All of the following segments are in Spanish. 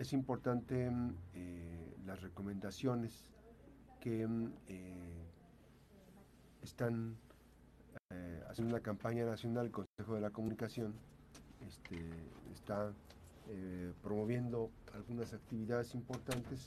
es importante las recomendaciones que están haciendo una campaña nacional. El Consejo de la Comunicación está promoviendo algunas actividades importantes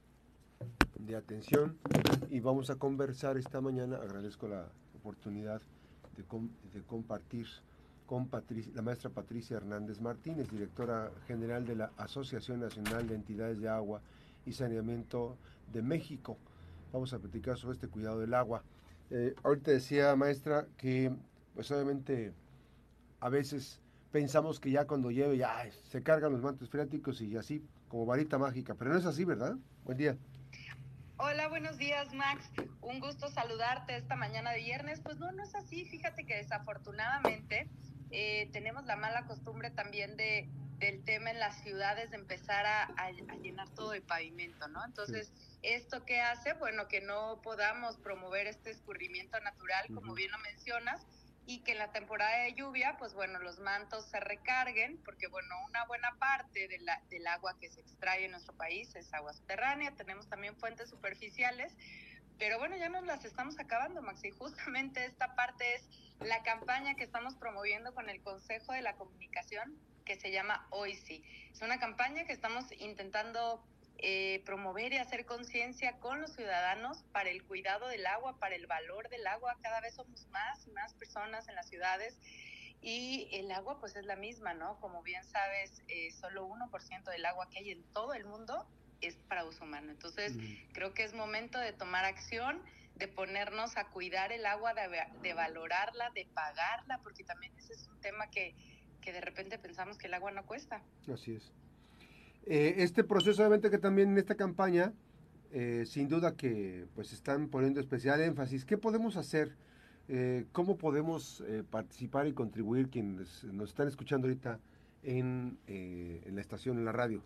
de atención, y vamos a conversar esta mañana. Agradezco la oportunidad de compartir con la maestra Patricia Hernández Martínez, directora general de la Asociación Nacional de Entidades de Agua y Saneamiento de México. Vamos a platicar sobre este cuidado del agua. Ahorita decía, maestra, que pues obviamente a veces pensamos que ya cuando llueve ya se cargan los mantos freáticos y así como varita mágica, pero no es así, ¿verdad? Buen día. Hola, buenos días, Max. Un gusto saludarte esta mañana de viernes. Pues no es así. Fíjate que desafortunadamente tenemos la mala costumbre también del tema en las ciudades de empezar a llenar todo de pavimento, ¿no? Entonces, sí. ¿Esto qué hace? Bueno, que no podamos promover este escurrimiento natural, como bien lo mencionas, y que en la temporada de lluvia, pues bueno, los mantos se recarguen, porque bueno, una buena parte del agua que se extrae en nuestro país es agua subterránea. Tenemos también fuentes superficiales, pero bueno, ya nos las estamos acabando, Max, y justamente esta parte es la campaña que estamos promoviendo con el Consejo de la Comunicación, que se llama Hoy Sí. Es una campaña que estamos intentando promover y hacer conciencia con los ciudadanos para el cuidado del agua, para el valor del agua. Cada vez somos más y más personas en las ciudades, y el agua pues es la misma, ¿no? Como bien sabes, solo 1% del agua que hay en todo el mundo es para uso humano. Entonces, creo que es momento de tomar acción, de ponernos a cuidar el agua, de valorarla, de pagarla, porque también ese es un tema que de repente pensamos que el agua no cuesta. Así es. Este proceso, obviamente, que también en esta campaña, sin duda que pues están poniendo especial énfasis. ¿Qué podemos hacer? ¿Cómo podemos participar y contribuir quienes nos están escuchando ahorita en la estación, en la radio?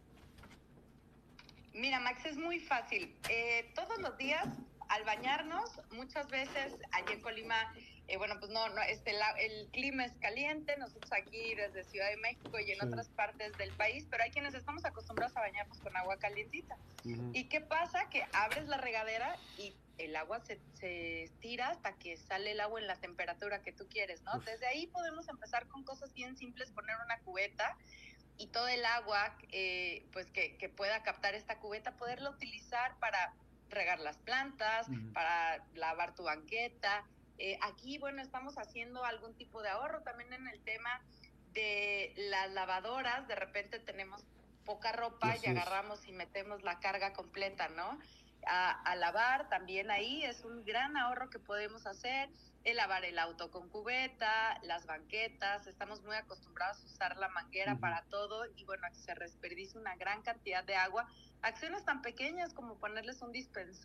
Mira, Max, es muy fácil. Todos los días, al bañarnos, muchas veces allí en Colima, bueno, pues el clima es caliente, nosotros aquí desde Ciudad de México y en otras partes del país, pero hay quienes estamos acostumbrados a bañarnos con agua calientita. ¿Y qué pasa? Que abres la regadera y el agua se estira hasta que sale el agua en la temperatura que tú quieres, ¿no? Desde ahí podemos empezar con cosas bien simples, poner una cubeta y todo el agua pues que pueda captar esta cubeta, poderla utilizar para regar las plantas, para lavar tu banqueta. Aquí, bueno, estamos haciendo algún tipo de ahorro también en el tema de las lavadoras. De repente tenemos poca ropa y agarramos y metemos la carga completa, ¿no? A lavar también ahí es un gran ahorro que podemos hacer. El lavar el auto con cubeta, las banquetas. Estamos muy acostumbrados a usar la manguera para todo, y bueno, aquí se desperdicia una gran cantidad de agua. Acciones tan pequeñas como ponerles un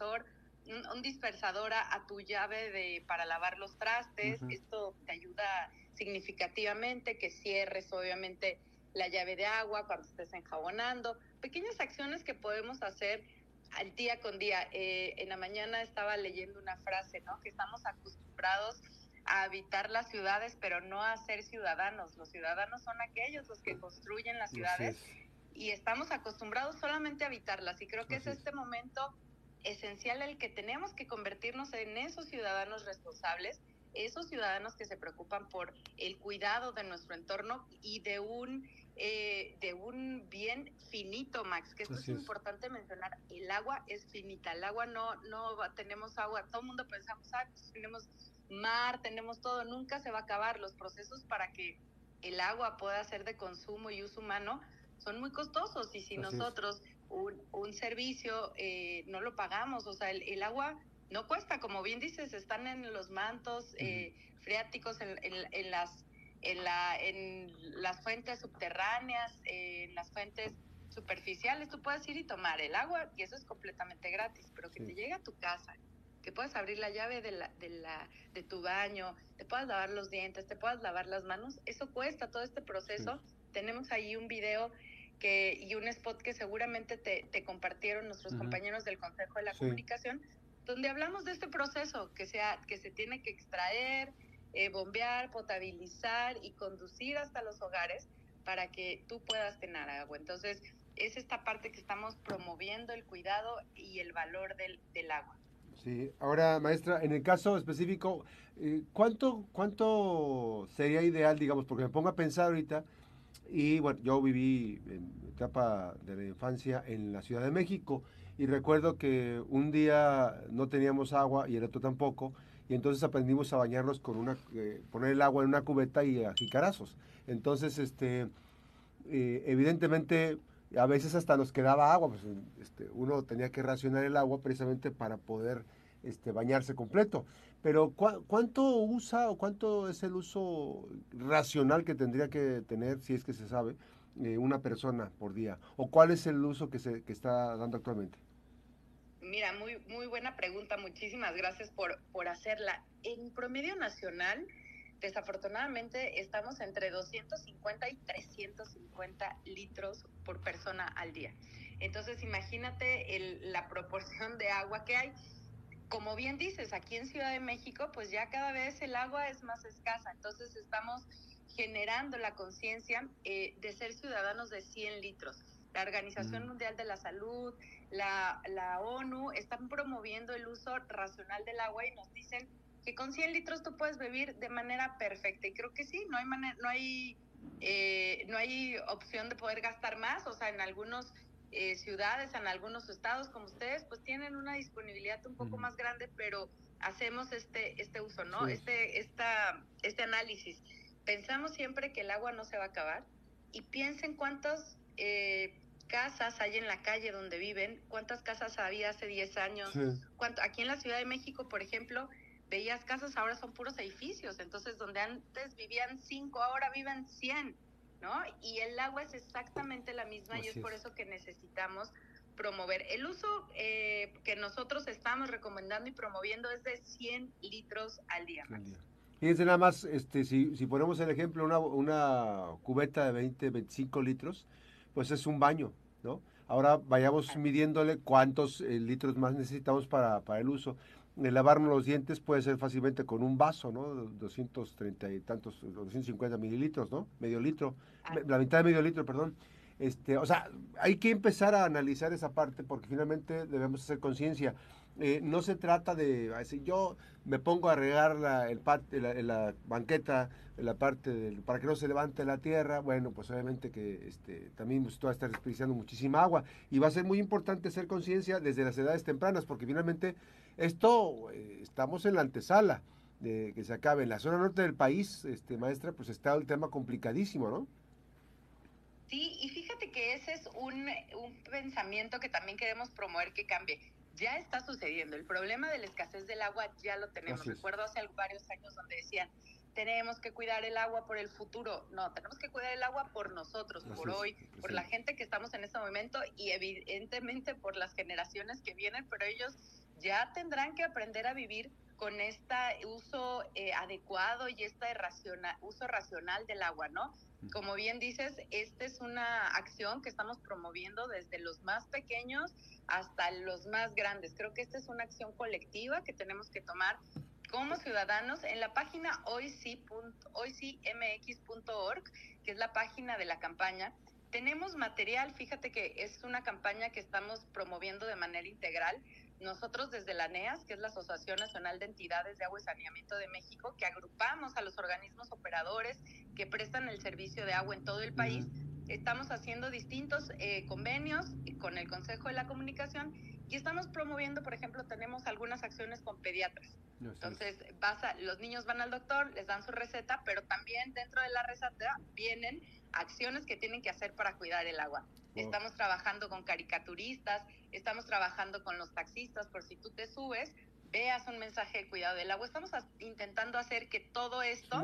dispensador a tu llave para lavar los trastes. Esto te ayuda significativamente, que cierres obviamente la llave de agua cuando estés enjabonando. Pequeñas acciones que podemos hacer al día con día. En la mañana estaba leyendo una frase, ¿no? Que estamos acostumbrados a habitar las ciudades, pero no a ser ciudadanos. Los ciudadanos son aquellos los que construyen las ciudades, y estamos acostumbrados solamente a habitarlas. Y creo que es este momento esencial el que tenemos que convertirnos en esos ciudadanos responsables, esos ciudadanos que se preocupan por el cuidado de nuestro entorno y de un bien finito, Max, que esto es importante mencionar. El agua es finita, el agua no tenemos agua, todo el mundo pensamos, pues tenemos mar, tenemos todo, nunca se va a acabar. Los procesos para que el agua pueda ser de consumo y uso humano son muy costosos, y si nosotros un servicio no lo pagamos, o sea, el agua no cuesta, como bien dices, están en los mantos freáticos, en las fuentes subterráneas, en las fuentes superficiales. Tú puedes ir y tomar el agua y eso es completamente gratis, pero que te llegue a tu casa, que puedas abrir la llave de tu baño, te puedas lavar los dientes, te puedas lavar las manos, eso cuesta. Todo este proceso. Tenemos ahí un video y un spot que seguramente te compartieron nuestros compañeros del Consejo de la Comunicación, donde hablamos de este proceso que se tiene que extraer, bombear, potabilizar y conducir hasta los hogares para que tú puedas tener agua. Entonces, es esta parte que estamos promoviendo el cuidado y el valor del agua. Sí, ahora maestra, en el caso específico, ¿cuánto sería ideal, digamos, porque me pongo a pensar ahorita, y bueno, yo viví en mi etapa de la infancia en la Ciudad de México y recuerdo que un día no teníamos agua y el otro tampoco, y entonces aprendimos a bañarnos con poner el agua en una cubeta y a jicarazos. Entonces, evidentemente a veces hasta nos quedaba agua, pues uno tenía que racionar el agua precisamente para poder bañarse completo. Pero ¿cuánto usa o cuánto es el uso racional que tendría que tener, si es que se sabe, una persona por día? ¿O cuál es el uso que está dando actualmente? Mira, muy, muy buena pregunta. Muchísimas gracias por hacerla. En promedio nacional, desafortunadamente, estamos entre 250 y 350 litros por persona al día. Entonces, imagínate la proporción de agua que hay. Como bien dices, aquí en Ciudad de México, pues ya cada vez el agua es más escasa. Entonces, estamos generando la conciencia de ser ciudadanos de 100 litros. La Organización Mundial de la Salud, la ONU están promoviendo el uso racional del agua y nos dicen que con 100 litros tú puedes vivir de manera perfecta. Y creo que sí, no hay opción de poder gastar más. O sea, en algunos ciudades, en algunos estados como ustedes, pues tienen una disponibilidad un poco más grande, pero hacemos este uso, ¿no? Sí. Este análisis. Pensamos siempre que el agua no se va a acabar y piensen cuántas casas hay en la calle donde viven, cuántas casas había hace 10 años, sí. Aquí en la Ciudad de México, por ejemplo, veías casas, ahora son puros edificios, entonces donde antes vivían 5, ahora viven 100, ¿no? Y el agua es exactamente la misma. Así y es por eso que necesitamos promover. El uso que nosotros estamos recomendando y promoviendo es de 100 litros al día. Fíjense nada más, si ponemos el ejemplo, una cubeta de 20, 25 litros, pues es un baño, ¿no? Ahora vayamos midiéndole cuántos litros más necesitamos para el uso. Lavarnos los dientes puede ser fácilmente con un vaso, ¿no? 230 y tantos, 250 mililitros, ¿no? Medio litro, la mitad de medio litro, perdón. O sea, hay que empezar a analizar esa parte porque finalmente debemos hacer conciencia. No se trata de, así, yo me pongo a regar la banqueta, la parte para que no se levante la tierra. Bueno, pues obviamente que también pues, va a estar desperdiciando muchísima agua y va a ser muy importante hacer conciencia desde las edades tempranas porque finalmente estamos en la antesala de que se acabe. En la zona norte del país, maestra, pues está el tema complicadísimo, ¿no? Sí, y fíjate que ese es un pensamiento que también queremos promover que cambie. Ya está sucediendo. El problema de la escasez del agua ya lo tenemos. Recuerdo hace varios años donde decían, tenemos que cuidar el agua por el futuro. No, tenemos que cuidar el agua por nosotros, por hoy, por la gente que estamos en este momento y evidentemente por las generaciones que vienen, pero ellos ya tendrán que aprender a vivir con este uso adecuado y este uso racional del agua, ¿no? Como bien dices, esta es una acción que estamos promoviendo desde los más pequeños hasta los más grandes. Creo que esta es una acción colectiva que tenemos que tomar como ciudadanos. En la página hoysi.mx.org, que es la página de la campaña, tenemos material. Fíjate que es una campaña que estamos promoviendo de manera integral. Nosotros desde la ANEAS, que es la Asociación Nacional de Entidades de Agua y Saneamiento de México, que agrupamos a los organismos operadores que prestan el servicio de agua en todo el país, estamos haciendo distintos convenios con el Consejo de la Comunicación y estamos promoviendo, por ejemplo, tenemos algunas acciones con pediatras. Entonces, los niños van al doctor, les dan su receta, pero también dentro de la receta vienen acciones que tienen que hacer para cuidar el agua. Estamos trabajando con caricaturistas, estamos trabajando con los taxistas, por si tú te subes, veas un mensaje de cuidado del agua. Estamos intentando hacer que todo esto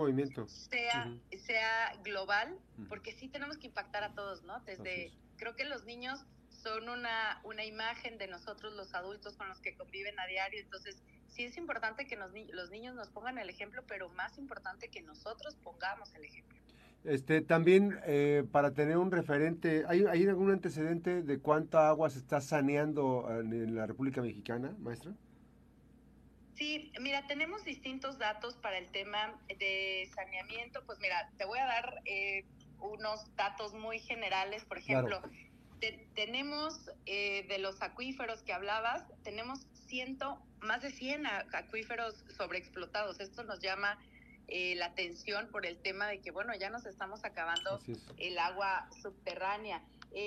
sea global, porque sí tenemos que impactar a todos, ¿no? Creo que los niños son una imagen de nosotros los adultos con los que conviven a diario, entonces sí es importante que los niños nos pongan el ejemplo, pero más importante que nosotros pongamos el ejemplo. También para tener un referente, ¿hay algún antecedente de cuánta agua se está saneando en la República Mexicana, maestra? Sí, mira, tenemos distintos datos para el tema de saneamiento. Pues mira, te voy a dar unos datos muy generales. Por ejemplo, Tenemos de los acuíferos que hablabas, tenemos más de 100 acuíferos sobreexplotados. Esto nos llama la atención por el tema de que, bueno, ya nos estamos acabando el agua subterránea.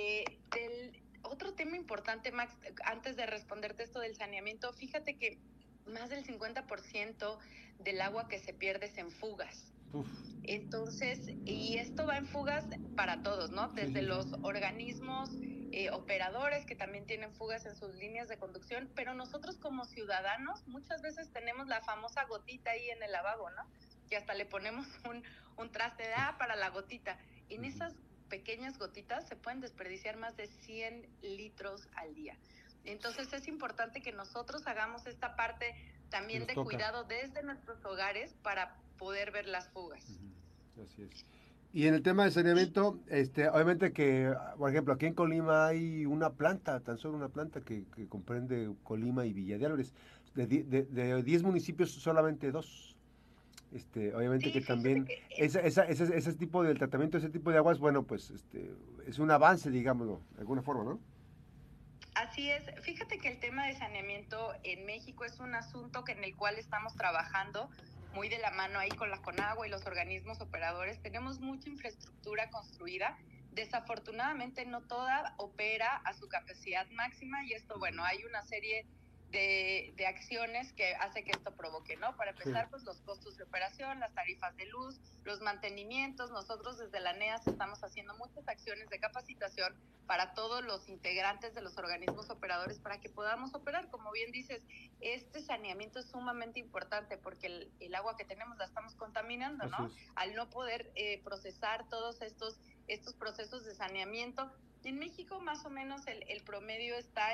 Otro tema importante, Max, antes de responderte esto del saneamiento, fíjate que más del 50% del agua que se pierde es en fugas. Uf. Entonces, y esto va en fugas para todos, ¿no? Desde los organismos operadores que también tienen fugas en sus líneas de conducción, pero nosotros como ciudadanos muchas veces tenemos la famosa gotita ahí en el lavabo, ¿no? Que hasta le ponemos un traste de para la gotita. En esas pequeñas gotitas se pueden desperdiciar más de 100 litros al día. Entonces es importante que nosotros hagamos esta parte también de cuidado desde nuestros hogares para poder ver las fugas. Así es. Y en el tema de saneamiento, obviamente que, por ejemplo, aquí en Colima hay una planta, tan solo una planta que comprende Colima y Villa de Álvarez. De 10 municipios, solamente 2. Obviamente sí, que también ese tipo de tratamiento, ese tipo de aguas, bueno, pues es un avance, digámoslo, de alguna forma, ¿no? Así es. Fíjate que el tema de saneamiento en México es un asunto en el cual estamos trabajando muy de la mano ahí con la Conagua y los organismos operadores. Tenemos mucha infraestructura construida. Desafortunadamente no toda opera a su capacidad máxima y esto, bueno, hay una serie de acciones que hace que esto provoque, ¿no? Para empezar, pues los costos de operación, las tarifas de luz, los mantenimientos. Nosotros desde la NEAS estamos haciendo muchas acciones de capacitación para todos los integrantes de los organismos operadores para que podamos operar. Como bien dices, este saneamiento es sumamente importante porque el agua que tenemos la estamos contaminando, ¿no? Al no poder procesar todos estos procesos de saneamiento. En México más o menos el promedio está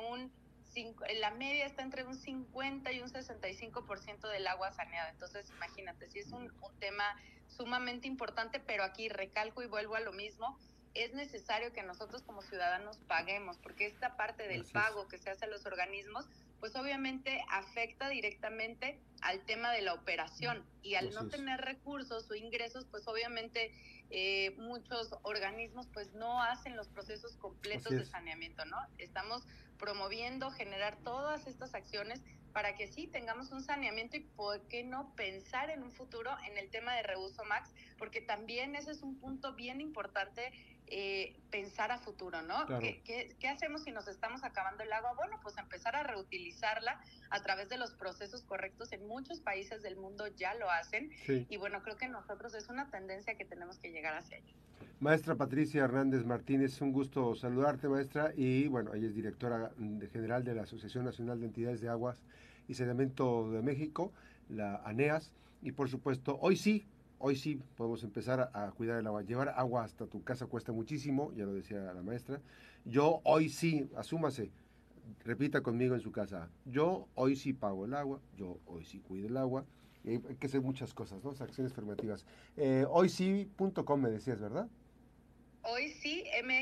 la media está entre un 50 y un 65% del agua saneada. Entonces, imagínate, sí es un tema sumamente importante, pero aquí recalco y vuelvo a lo mismo, es necesario que nosotros como ciudadanos paguemos, porque esta parte del pago que se hace a los organismos, pues obviamente afecta directamente al tema de la operación y al no tener recursos o ingresos, pues obviamente muchos organismos pues no hacen los procesos completos de saneamiento, ¿no? Estamos promoviendo generar todas estas acciones para que sí tengamos un saneamiento y por qué no pensar en un futuro en el tema de reuso, Max, porque también ese es un punto bien importante, pensar a futuro, ¿no? Claro. ¿Qué hacemos si nos estamos acabando el agua? Bueno, pues empezar a reutilizarla a través de los procesos correctos. En muchos países del mundo ya lo hacen y bueno, creo que nosotros es una tendencia que tenemos que llegar hacia allá. Maestra Patricia Hernández Martínez, un gusto saludarte, maestra, y bueno, ella es directora general de la Asociación Nacional de Entidades de Aguas y Saneamiento de México, la ANEAS, y por supuesto, hoy sí podemos empezar a cuidar el agua. Llevar agua hasta tu casa cuesta muchísimo, ya lo decía la maestra. Yo hoy sí, asúmase, repita conmigo en su casa, yo hoy sí pago el agua, yo hoy sí cuido el agua. Y hay que hacer muchas cosas, ¿no? Acciones formativas. Hoysi.com me decías, ¿verdad? Hoy sí,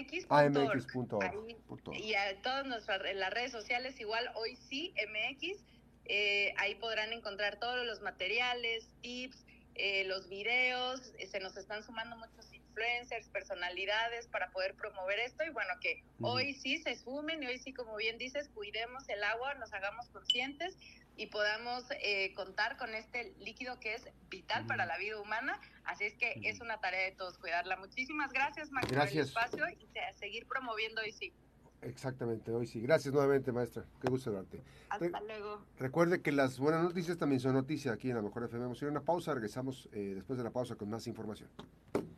mx.org. Y a todas en las redes sociales igual, hoy sí, MX. Ahí podrán encontrar todos los materiales, tips, los videos. Se nos están sumando muchos influencers, personalidades para poder promover esto. Y bueno, que hoy sí se sumen y hoy sí, como bien dices, cuidemos el agua, nos hagamos conscientes y podamos contar con este líquido que es vital para la vida humana. Así es que es una tarea de todos cuidarla. Muchísimas gracias, Max, por el espacio y seguir promoviendo hoy sí. Exactamente, hoy sí. Gracias nuevamente, maestra. Qué gusto verte. Hasta luego. Recuerde que las buenas noticias también son noticias aquí en La Mejor FM. Vamos a ir a una pausa, regresamos después de la pausa con más información.